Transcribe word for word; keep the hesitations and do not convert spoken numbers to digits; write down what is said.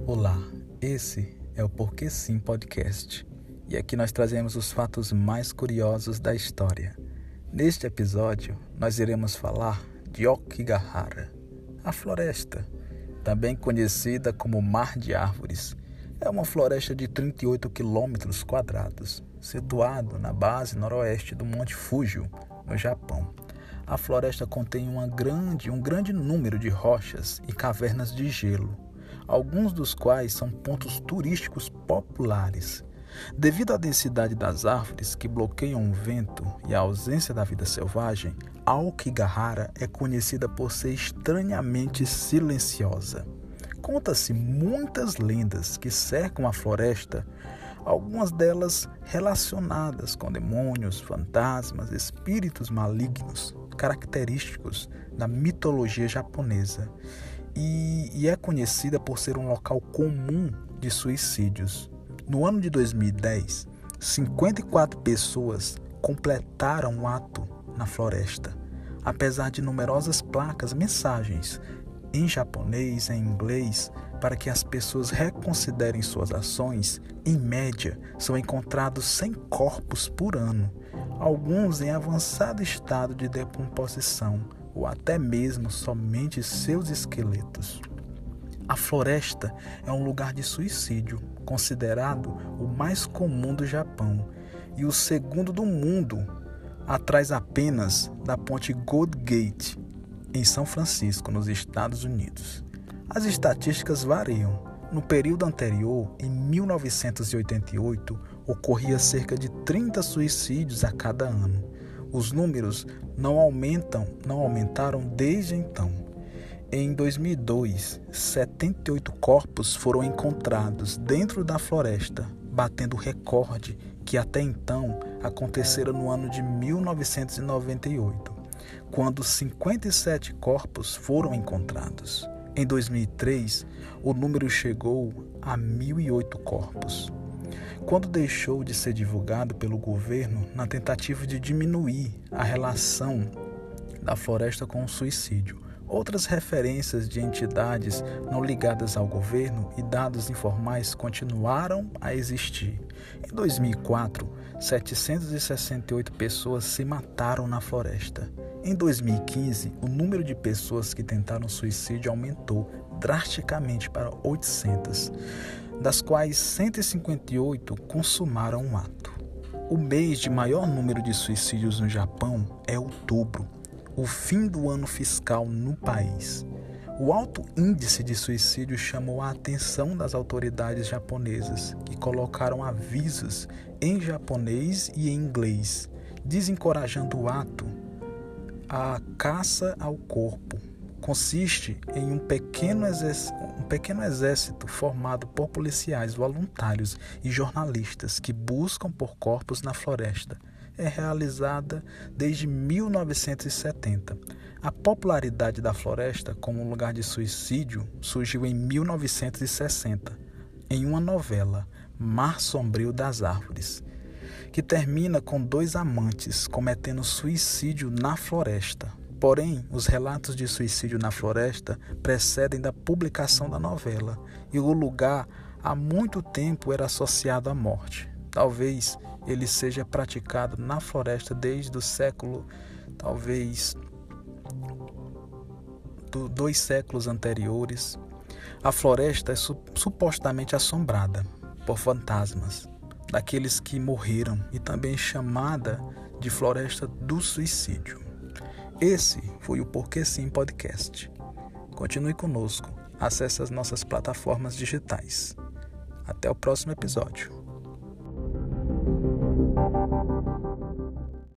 Olá, esse é o Porque Sim Podcast e aqui nós trazemos os fatos mais curiosos da história. Neste episódio, nós iremos falar de Aokigahara, a floresta, também conhecida como Mar de Árvores. É uma floresta de trinta e oito quilômetros quadrados, situado na base noroeste do Monte Fuji, no Japão. A floresta contém uma grande, um grande número de rochas e cavernas de gelo, alguns dos quais são pontos turísticos populares. Devido à densidade das árvores que bloqueiam o vento e à ausência da vida selvagem, Aokigahara é conhecida por ser estranhamente silenciosa. Conta-se muitas lendas que cercam a floresta, algumas delas relacionadas com demônios, fantasmas, espíritos malignos, característicos da mitologia japonesa, e, e é conhecida por ser um local comum de suicídios. No ano de dois mil e dez, cinquenta e quatro pessoas completaram o ato na floresta, apesar de numerosas placas, mensagens em japonês e em inglês para que as pessoas reconsiderem suas ações. Em média, são encontrados cem corpos por ano, alguns em avançado estado de decomposição ou até mesmo somente seus esqueletos. A floresta é um lugar de suicídio, considerado o mais comum do Japão e o segundo do mundo, atrás apenas da ponte Gold Gate, em São Francisco, nos Estados Unidos. As estatísticas variam. No período anterior, em mil novecentos e oitenta e oito, ocorria cerca de trinta suicídios a cada ano. Os números não aumentam, não aumentaram desde então. Em dois mil e dois, setenta e oito corpos foram encontrados dentro da floresta, batendo o recorde que até então acontecera no ano de mil novecentos e noventa e oito, quando cinquenta e sete corpos foram encontrados. Em dois mil e três, o número chegou a mil e oito corpos, quando deixou de ser divulgado pelo governo na tentativa de diminuir a relação da floresta com o suicídio. Outras referências de entidades não ligadas ao governo e dados informais continuaram a existir. Em dois mil e quatro, setecentas e sessenta e oito pessoas se mataram na floresta. Em dois mil e quinze, o número de pessoas que tentaram suicídio aumentou drasticamente para oitocentas, das quais cento e cinquenta e oito consumaram um ato. O mês de maior número de suicídios no Japão é outubro, o fim do ano fiscal no país. O alto índice de suicídio chamou a atenção das autoridades japonesas, que colocaram avisos em japonês e em inglês, desencorajando o ato. A caça ao corpo consiste em um pequeno, exército, um pequeno exército formado por policiais voluntários e jornalistas que buscam por corpos na floresta. É realizada desde mil novecentos e setenta. A popularidade da floresta como lugar de suicídio surgiu em mil novecentos e sessenta, em uma novela, Mar Sombrio das Árvores, que termina com dois amantes cometendo suicídio na floresta. Porém, os relatos de suicídio na floresta precedem da publicação da novela, e o lugar há muito tempo era associado à morte. Talvez ele seja praticado na floresta desde o século, talvez do, dois séculos anteriores. A floresta é su, supostamente assombrada por fantasmas daqueles que morreram e também chamada de Floresta do Suicídio. Esse foi o Porque Sim Podcast. Continue conosco, acesse as nossas plataformas digitais. Até o próximo episódio.